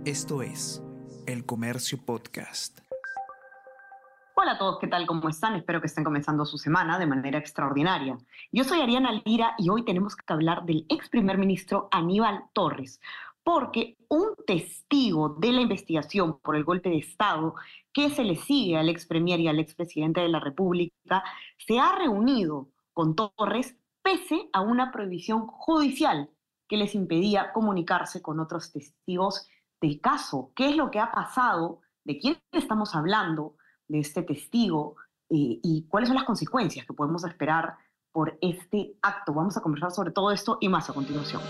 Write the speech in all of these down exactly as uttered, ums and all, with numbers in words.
Esto es El Comercio Podcast. Hola a todos, ¿qué tal? ¿Cómo están? Espero que estén comenzando su semana de manera extraordinaria. Yo soy Ariana Lira y hoy tenemos que hablar del ex primer ministro Aníbal Torres, porque un testigo de la investigación por el golpe de Estado que se le sigue al ex premier y al ex presidente de la República se ha reunido con Torres pese a una prohibición judicial que les impedía comunicarse con otros testigos del caso. ¿Qué es lo que ha pasado? ¿De quién estamos hablando? De este testigo eh, y cuáles son las consecuencias que podemos esperar por este acto. Vamos a conversar sobre todo esto y más a continuación.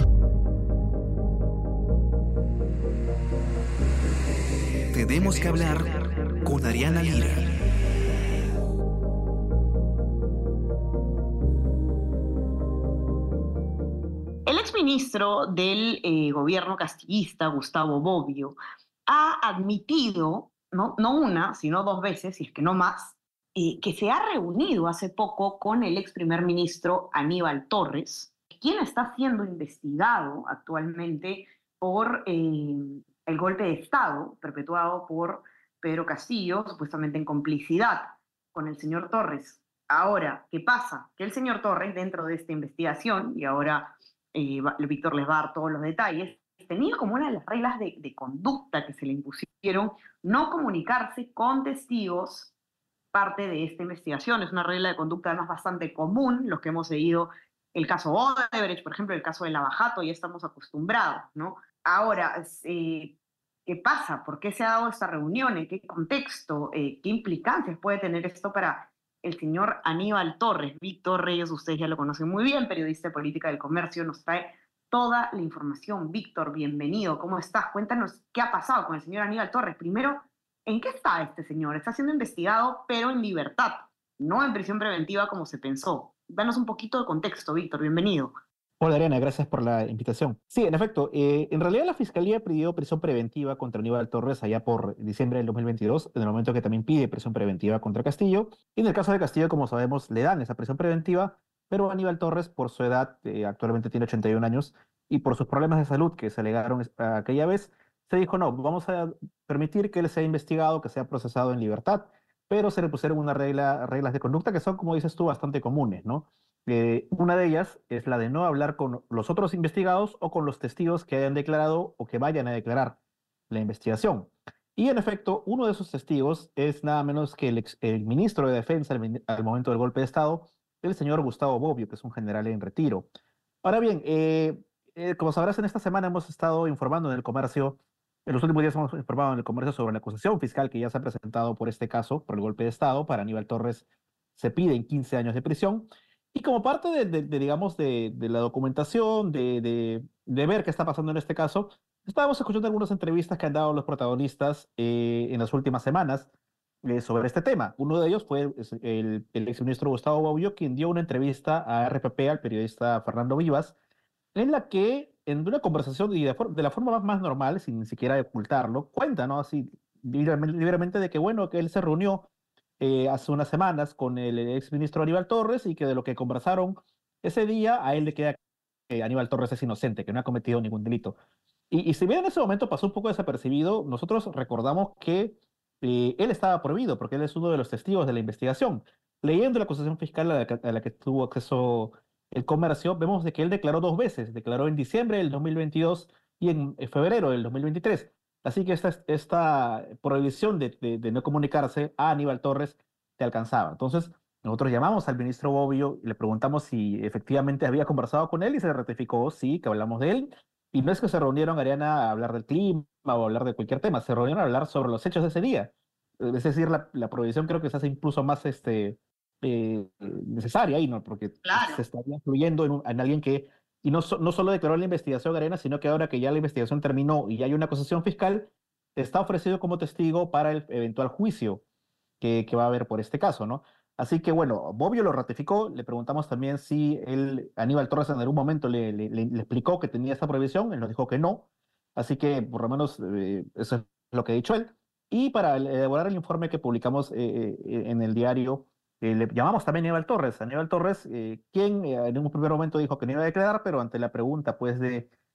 Tenemos que hablar con Ariana Lira. El exministro del eh, gobierno castillista, Gustavo Bobbio, ha admitido, no, no una, sino dos veces, si es que no más, eh, que se ha reunido hace poco con el ex primer ministro Aníbal Torres, quien está siendo investigado actualmente por eh, el golpe de Estado perpetuado por Pedro Castillo, supuestamente en complicidad con el señor Torres. Ahora, ¿qué pasa? Que el señor Torres, dentro de esta investigación, y ahora eh, Víctor les va a dar todos los detalles, tenía como una de las reglas de, de conducta que se le impusieron no comunicarse con testigos parte de esta investigación. Es una regla de conducta además bastante común, los que hemos seguido el caso Odebrecht, por ejemplo, el caso de Lavajato, ya estamos acostumbrados, ¿no? Ahora, eh, ¿qué pasa? ¿Por qué se ha dado esta reunión? ¿En qué contexto? Eh, ¿Qué implicancias puede tener esto para el señor Aníbal Torres? Víctor Reyes, ustedes ya lo conocen muy bien, periodista de política del comercio, nos trae toda la información. Víctor, bienvenido. ¿Cómo estás? Cuéntanos qué ha pasado con el señor Aníbal Torres. Primero, ¿en qué está este señor? Está siendo investigado, pero en libertad, no en prisión preventiva como se pensó. Danos un poquito de contexto, Víctor. Bienvenido. Hola Ariana, gracias por la invitación. Sí, en efecto, eh, en realidad la Fiscalía pidió prisión preventiva contra Aníbal Torres allá por diciembre del dos mil veintidós, en el momento que también pide prisión preventiva contra Castillo. Y en el caso de Castillo, como sabemos, le dan esa prisión preventiva, pero Aníbal Torres, por su edad, eh, actualmente tiene ochenta y un años, y por sus problemas de salud que se alegaron es- aquella vez, se dijo, no, vamos a permitir que él sea investigado, que sea procesado en libertad, pero se le pusieron una regla, reglas de conducta que son, como dices tú, bastante comunes, ¿no? Eh, una de ellas es la de no hablar con los otros investigados o con los testigos que hayan declarado o que vayan a declarar la investigación. Y en efecto, uno de esos testigos es nada menos que el, ex- el ministro de Defensa al, min- al momento del golpe de Estado, el señor Gustavo Bobbio, que es un general en retiro. Ahora bien, eh, eh, como sabrás, en esta semana hemos estado informando en el comercio, en los últimos días hemos informado en el comercio sobre la acusación fiscal que ya se ha presentado por este caso, por el golpe de Estado. Para Aníbal Torres se piden quince años de prisión. Y como parte de, de- de, digamos, de, de la documentación, de, de- de ver qué está pasando en este caso, estábamos escuchando algunas entrevistas que han dado los protagonistas eh, en las últimas semanas eh, sobre este tema. Uno de ellos fue es, el, el exministro Gustavo Baullo, quien dio una entrevista a R P P, al periodista Fernando Vivas, en la que, en una conversación y de, for- de la forma más, más normal, sin ni siquiera ocultarlo, cuenta, ¿no? Así libremente, libremente de que, bueno, que él se reunió eh, hace unas semanas con el exministro Aníbal Torres y que de lo que conversaron ese día, a él le queda que Aníbal Torres es inocente, que no ha cometido ningún delito. Y, y si bien en ese momento pasó un poco desapercibido, nosotros recordamos que eh, él estaba prohibido, porque él es uno de los testigos de la investigación. Leyendo la acusación fiscal a la que, a la que tuvo acceso el comercio, vemos de que él declaró dos veces, declaró en diciembre del dos mil veintidós y en eh, febrero del dos mil veintitrés. Así que esta, esta prohibición de, de, de no comunicarse a Aníbal Torres te alcanzaba. Entonces, nosotros llamamos al ministro Bobbio y le preguntamos si efectivamente había conversado con él y se le ratificó, sí, que hablamos de él. Y no es que se reunieron, Ariana, a hablar del clima o a hablar de cualquier tema, se reunieron a hablar sobre los hechos de ese día. Es decir, la, la prohibición creo que se hace incluso más este, eh, necesaria ahí, ¿no? Porque se Claro. estaría influyendo en, un- en alguien que, y no, so- no solo declaró la investigación Arena, sino que ahora que ya la investigación terminó y ya hay una acusación fiscal, está ofrecido como testigo para el eventual juicio que, que va a haber por este caso, ¿no? Así que bueno, Bobbio lo ratificó, le preguntamos también si él, Aníbal Torres en algún momento le, le- le- le explicó que tenía esta prohibición, él nos dijo que no, así que por lo menos eh, eso es lo que ha dicho él. Y para elaborar el informe que publicamos eh, eh, en el diario, eh, le llamamos también a Aníbal Torres. Aníbal Torres, eh, quien eh, en un primer momento dijo que no iba a declarar, pero ante la pregunta pues de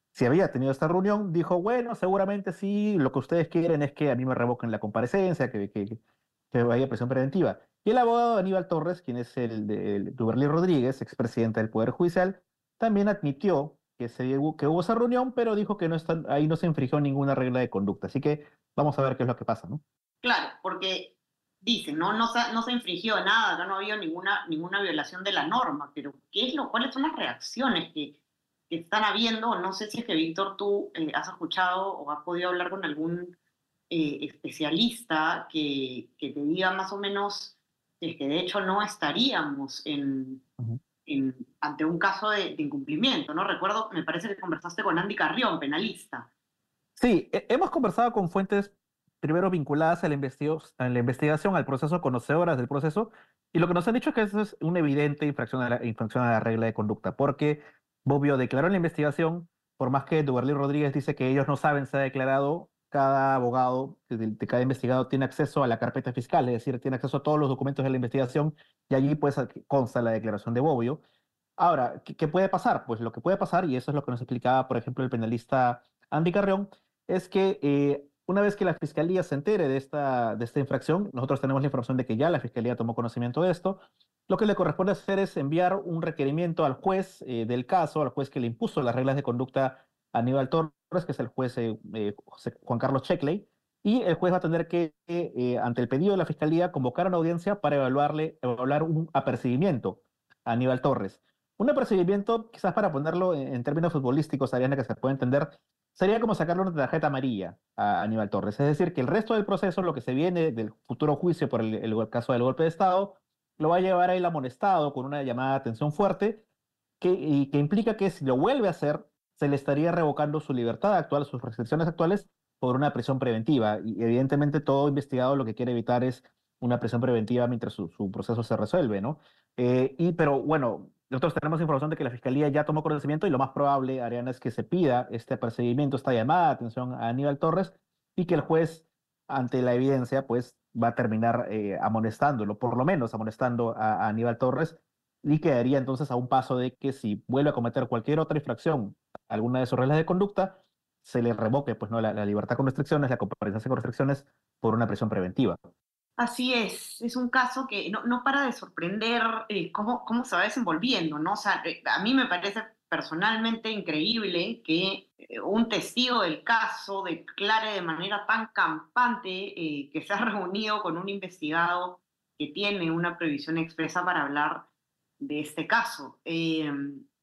si había tenido esta reunión, dijo, bueno, seguramente sí, lo que ustedes quieren es que a mí me revoquen la comparecencia, que, que, que vaya prisión preventiva. Y el abogado Aníbal Torres, quien es el de el Duberly Rodríguez, expresidente del Poder Judicial, también admitió que, se, que hubo esa reunión, pero dijo que no está, ahí no se infringió ninguna regla de conducta. Así que vamos a ver qué es lo que pasa, ¿no? Claro, porque dicen, ¿no? No se, no se infringió nada, acá no había ninguna, ninguna violación de la norma, pero ¿qué es lo, ¿cuáles son las reacciones que, que están habiendo? No sé si es que, Víctor, tú eh, has escuchado o has podido hablar con algún eh, especialista que, que te diga más o menos si es que de hecho no estaríamos en, Ujú. en, ante un caso de, de incumplimiento, ¿no? Recuerdo, me parece que conversaste con Andy Carrión, penalista. Sí, he- hemos conversado con fuentes primero vinculadas a la, investigo- a la investigación, al proceso, conocedoras del proceso, y lo que nos han dicho es que eso es una evidente infracción a la, infracción a la regla de conducta, porque Bobbio declaró en la investigación, por más que Duberly Rodríguez dice que ellos no saben si ha declarado, cada abogado de, de cada investigado tiene acceso a la carpeta fiscal, es decir, tiene acceso a todos los documentos de la investigación, y allí pues consta la declaración de Bobbio. Ahora, ¿qué, qué puede pasar? Pues lo que puede pasar, y eso es lo que nos explicaba, por ejemplo, el penalista Andy Carrión, es que eh, una vez que la fiscalía se entere de esta, de esta infracción, nosotros tenemos la información de que ya la fiscalía tomó conocimiento de esto, lo que le corresponde hacer es enviar un requerimiento al juez eh, del caso, al juez que le impuso las reglas de conducta a Aníbal Torres, que es el juez eh, eh, José- Juan Carlos Checkley, y el juez va a tener que, eh, ante el pedido de la fiscalía, convocar una audiencia para evaluarle, evaluar un apercibimiento a Aníbal Torres. Un apercibimiento, quizás para ponerlo en, en términos futbolísticos, Ariana, que se puede entender, sería como sacarle una tarjeta amarilla a Aníbal Torres. Es decir, que el resto del proceso, lo que se viene del futuro juicio por el, el caso del golpe de Estado, lo va a llevar a él amonestado con una llamada de atención fuerte que, y que implica que si lo vuelve a hacer, se le estaría revocando su libertad actual, sus restricciones actuales, por una prisión preventiva. Y evidentemente todo investigado lo que quiere evitar es una prisión preventiva mientras su, su proceso se resuelve, ¿no? Eh, y, pero bueno, nosotros tenemos información de que la Fiscalía ya tomó conocimiento y lo más probable, Ariana, es que se pida este apercibimiento, esta llamada de atención a Aníbal Torres y que el juez, ante la evidencia, pues va a terminar eh, amonestándolo, por lo menos amonestando a, a Aníbal Torres y quedaría entonces a un paso de que si vuelve a cometer cualquier otra infracción, alguna de sus reglas de conducta, se le revoque pues, ¿no? la, la libertad con restricciones, la comparecencia con restricciones por una prisión preventiva. Así es, es un caso que no, no para de sorprender eh, cómo, cómo se va desenvolviendo, ¿no? O sea, eh, a mí me parece personalmente increíble que eh, un testigo del caso declare de manera tan campante eh, que se ha reunido con un investigado que tiene una prohibición expresa para hablar de este caso. Eh,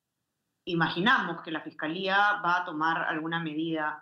imaginamos que la Fiscalía va a tomar alguna medida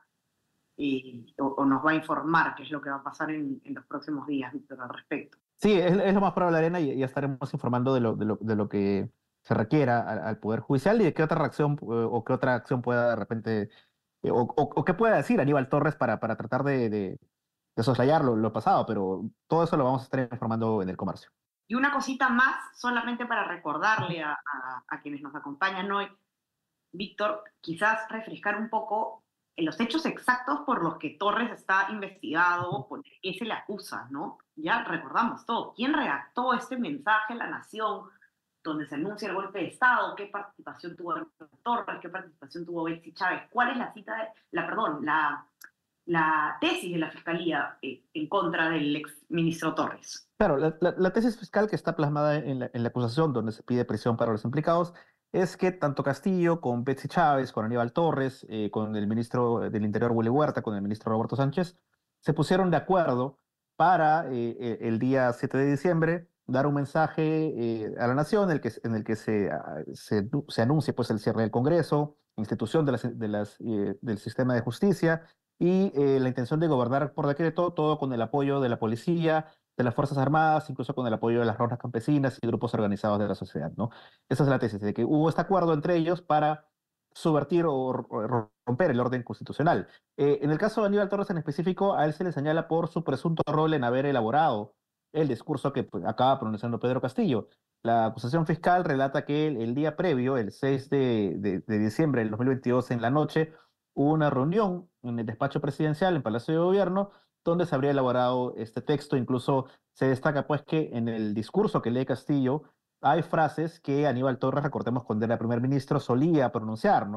eh, o, o, nos va a informar qué es lo que va a pasar en, en los próximos días, Víctor, al respecto. Sí, es, es lo más probable, Arena, y ya estaremos informando de lo, de lo, de lo que se requiera al, al Poder Judicial y de qué otra reacción eh, o qué otra acción pueda de repente, eh, o, o, o qué pueda decir Aníbal Torres para, para tratar de, de, de soslayar lo, lo pasado, pero todo eso lo vamos a estar informando en el comercio. Y una cosita más, solamente para recordarle a, a, a quienes nos acompañan hoy, Víctor, quizás refrescar un poco los hechos exactos por los que Torres está investigado, por qué se le acusa, ¿no? Ya recordamos todo. ¿Quién redactó este mensaje a la nación donde se anuncia el golpe de Estado? ¿Qué participación tuvo Torres? ¿Qué participación tuvo Betsy Chávez? ¿Cuál es la cita, de, la, perdón, la, la tesis de la Fiscalía eh, en contra del exministro Torres? Claro, la, la, la tesis fiscal que está plasmada en la, en la acusación, donde se pide prisión para los implicados, es que tanto Castillo, con Betsy Chávez, con Aníbal Torres, eh, con el ministro del Interior Willy Huerta, con el ministro Roberto Sánchez, se pusieron de acuerdo para eh, eh, el día siete de diciembre dar un mensaje eh, a la nación en el que, en el que se, ah, se, se anuncie pues, el cierre del Congreso, institución de las, de las, eh, del sistema de justicia y eh, la intención de gobernar por decreto, todo con el apoyo de la policía, de las Fuerzas Armadas, incluso con el apoyo de las rondas campesinas y grupos organizados de la sociedad, ¿no? Esa es la tesis, de que hubo este acuerdo entre ellos para subvertir o romper el orden constitucional. Eh, en el caso de Aníbal Torres en específico, a él se le señala por su presunto rol en haber elaborado el discurso que pues, acaba pronunciando Pedro Castillo. La acusación fiscal relata que el, el día previo, el seis de, de, de diciembre del dos mil veintidós, en la noche, hubo una reunión en el despacho presidencial, en Palacio de Gobierno, donde se habría elaborado este texto. Incluso se destaca pues que en el discurso que lee Castillo hay frases que Aníbal Torres, recordemos cuando era primer ministro, solía pronunciar, ¿no?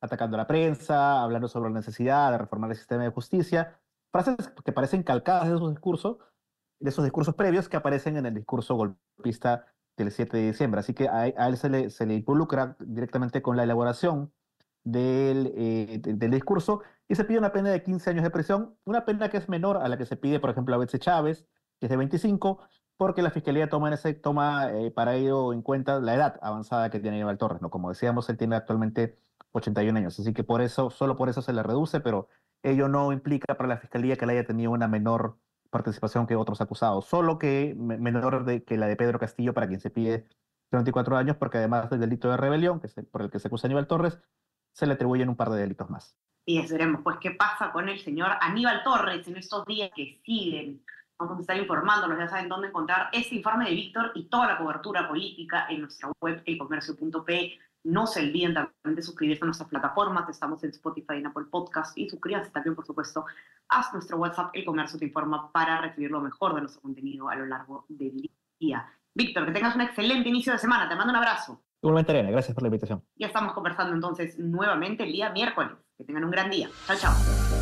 atacando a la prensa, hablando sobre la necesidad de reformar el sistema de justicia, frases que parecen calcadas de esos discursos, de esos discursos previos que aparecen en el discurso golpista del siete de diciembre. Así que a, a él se le, se le involucra directamente con la elaboración del, eh, de- del discurso y se pide una pena de quince años de prisión, una pena que es menor a la que se pide, por ejemplo, a Betsy Chávez, que es de veinticinco, porque la fiscalía toma, en ese, toma eh, para ello en cuenta la edad avanzada que tiene Aníbal Torres, ¿no? Como decíamos, él tiene actualmente ochenta y un años, así que por eso, solo por eso se le reduce, pero ello no implica para la fiscalía que le haya tenido una menor participación que otros acusados, solo que me- menor de, que la de Pedro Castillo, para quien se pide treinta y cuatro años, porque además del delito de rebelión, que es el- por el que se acusa a Aníbal Torres, se le atribuyen un par de delitos más. Y eso veremos, pues, qué pasa con el señor Aníbal Torres en estos días que siguen. Vamos a estar informándolos, ya saben dónde encontrar este informe de Víctor y toda la cobertura política en nuestra web, elcomercio punto pe. No se olviden también de suscribirse a nuestras plataformas, estamos en Spotify, en Apple Podcast, y suscríbanse también, por supuesto, a nuestro WhatsApp, El Comercio Te Informa, para recibir lo mejor de nuestro contenido a lo largo del día. Víctor, que tengas un excelente inicio de semana, te mando un abrazo. Igualmente, Elena, gracias por la invitación. Ya estamos conversando entonces nuevamente el día miércoles. Que tengan un gran día. Chao, chao.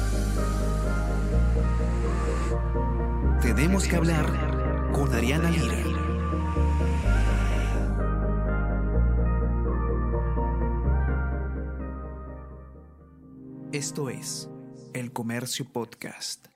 Tenemos que hablar con Ariana Lira. Esto es El Comercio Podcast.